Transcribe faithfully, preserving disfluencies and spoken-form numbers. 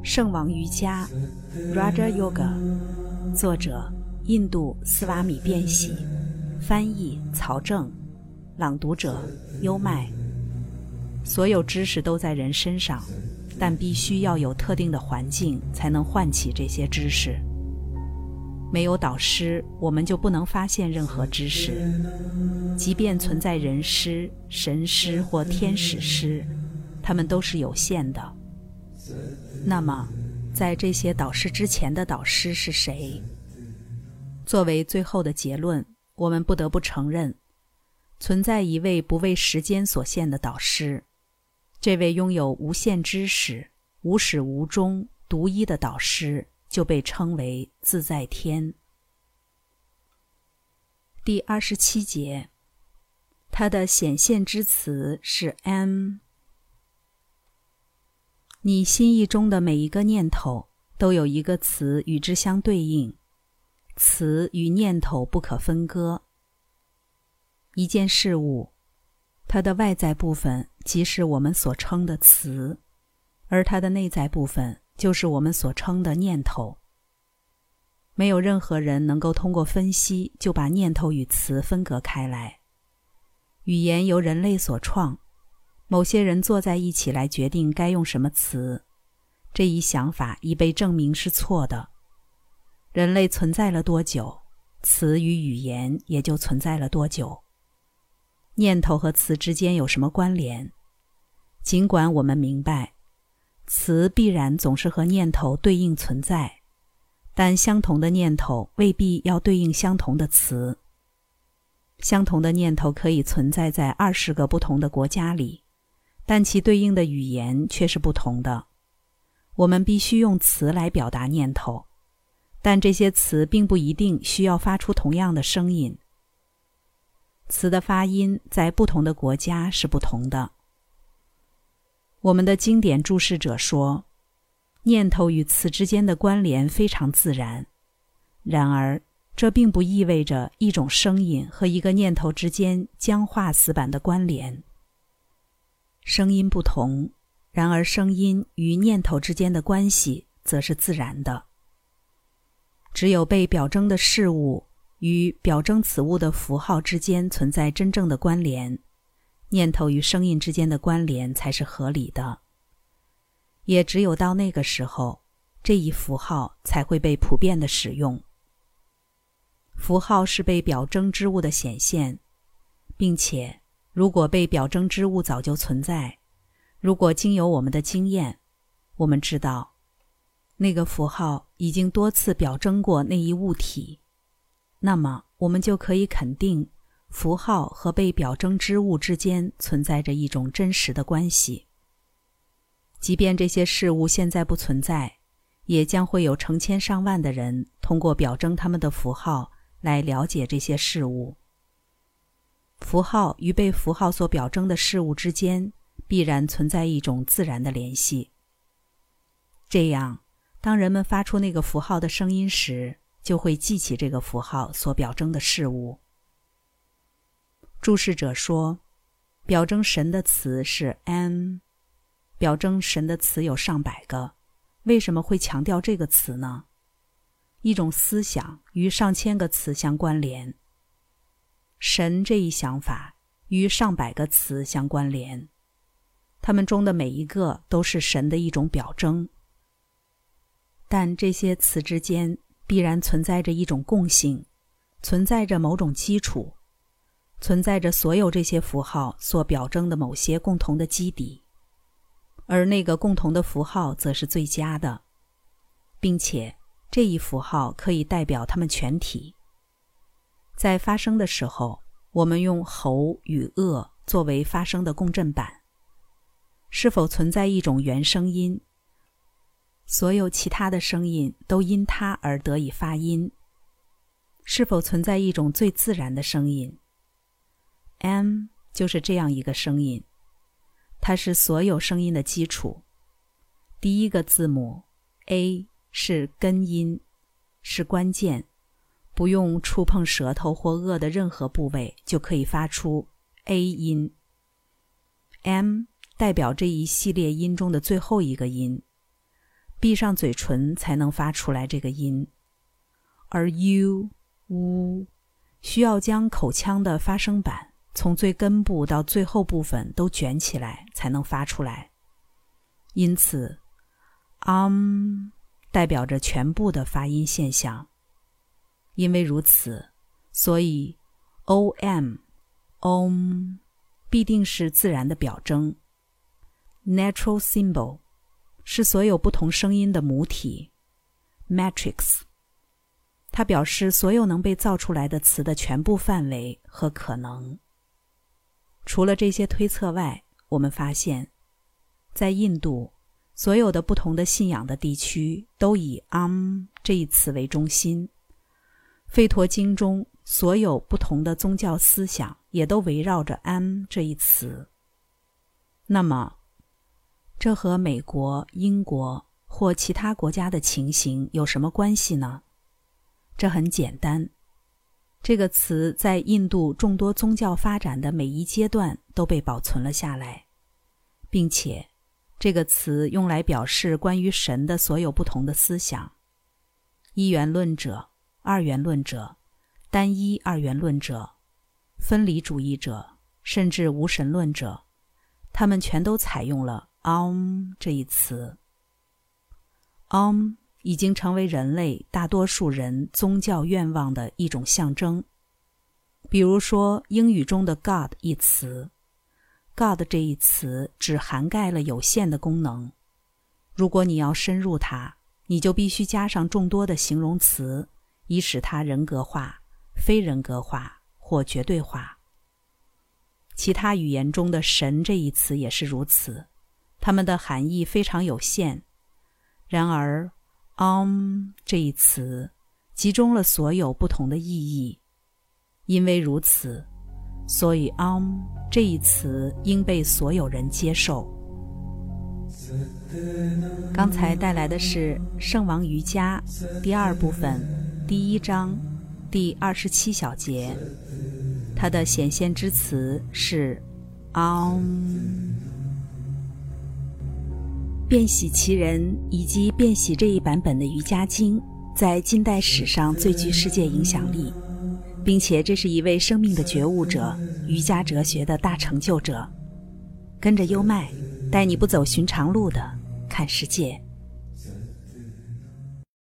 圣王瑜伽 Raja Yoga， 作者印度斯瓦米辩喜，翻译曹正，朗读者优麦。所有知识都在人身上，但必须要有特定的环境才能唤起这些知识。没有导师，我们就不能发现任何知识。即便存在人师、神师或天使师，他们都是有限的。那么，在这些导师之前的导师是谁？作为最后的结论，我们不得不承认，存在一位不为时间所限的导师。这位拥有无限知识、无始无终、独一的导师就被称为自在天。第二十七节，它的显现之词是 M。 你心意中的每一个念头都有一个词与之相对应，词与念头不可分割。一件事物，它的外在部分即是我们所称的词，而它的内在部分就是我们所称的念头。没有任何人能够通过分析就把念头与词分隔开来。语言由人类所创，某些人坐在一起来决定该用什么词，这一想法已被证明是错的。人类存在了多久，词与语言也就存在了多久。念头和词之间有什么关联？尽管我们明白，词必然总是和念头对应存在，但相同的念头未必要对应相同的词。相同的念头可以存在在二十个不同的国家里，但其对应的语言却是不同的。我们必须用词来表达念头，但这些词并不一定需要发出同样的声音。词的发音在不同的国家是不同的。我们的经典注释者说，念头与词之间的关联非常自然，然而这并不意味着一种声音和一个念头之间僵化死板的关联。声音不同，然而声音与念头之间的关系则是自然的。只有被表征的事物与表征此物的符号之间存在真正的关联，念头与声音之间的关联才是合理的。也只有到那个时候，这一符号才会被普遍的使用。符号是被表征之物的显现，并且如果被表征之物早就存在，如果经由我们的经验，我们知道那个符号已经多次表征过那一物体，那么我们就可以肯定符号和被表征之物之间存在着一种真实的关系。即便这些事物现在不存在，也将会有成千上万的人通过表征他们的符号来了解这些事物。符号与被符号所表征的事物之间必然存在一种自然的联系。这样，当人们发出那个符号的声音时，就会记起这个符号所表征的事物。注释者说，表征神的词是 M， 表征神的词有上百个，为什么会强调这个词呢？一种思想与上千个词相关联，神这一想法与上百个词相关联，它们中的每一个都是神的一种表征。但这些词之间必然存在着一种共性，存在着某种基础，存在着所有这些符号所表征的某些共同的基底，而那个共同的符号则是最佳的，并且这一符号可以代表它们全体。在发声的时候，我们用喉与腭作为发声的共振板。是否存在一种原声音？所有其他的声音都因它而得以发音。是否存在一种最自然的声音？ M 就是这样一个声音，它是所有声音的基础。第一个字母 A 是根音，是关键，不用触碰舌头或腭的任何部位就可以发出 A 音。 M 代表这一系列音中的最后一个音， 闭上嘴唇才能发出来这个音，而 u、u 需要将口腔的发声板从最根部到最后部分都卷起来才能发出来。因此 um 代表着全部的发音现象。因为如此，所以 om、om 必定是自然的表征。Natural symbol 是所有不同声音的母体。Matrix 它表示所有能被造出来的词的全部范围和可能。除了这些推测外，我们发现在印度所有的不同的信仰的地区都以 Am 这一词为中心。吠陀经中所有不同的宗教思想也都围绕着 Am 这一词。那么这和美国、英国或其他国家的情形有什么关系呢？这很简单，这个词在印度众多宗教发展的每一阶段都被保存了下来，并且这个词用来表示关于神的所有不同的思想。一元论者、二元论者、单一二元论者、分离主义者，甚至无神论者，他们全都采用了 Om 这一词。Om 已经成为人类大多数人宗教愿望的一种象征。比如说英语中的 God 一词， God 这一词只涵盖了有限的功能。如果你要深入它，你就必须加上众多的形容词，以使它人格化、非人格化或绝对化。其他语言中的神这一词也是如此，它们的含义非常有限。然而 Om 这一词集中了所有不同的意义。因为如此，所以 Om 这一词应被所有人接受。刚才带来的是圣王瑜伽第二部分第一章第二十七小节，它的显现之词是 Om。变喜其人以及变喜这一版本的瑜伽经在近代史上最具世界影响力，并且这是一位生命的觉悟者，瑜伽哲学的大成就者。跟着优麦，带你不走寻常路的看世界。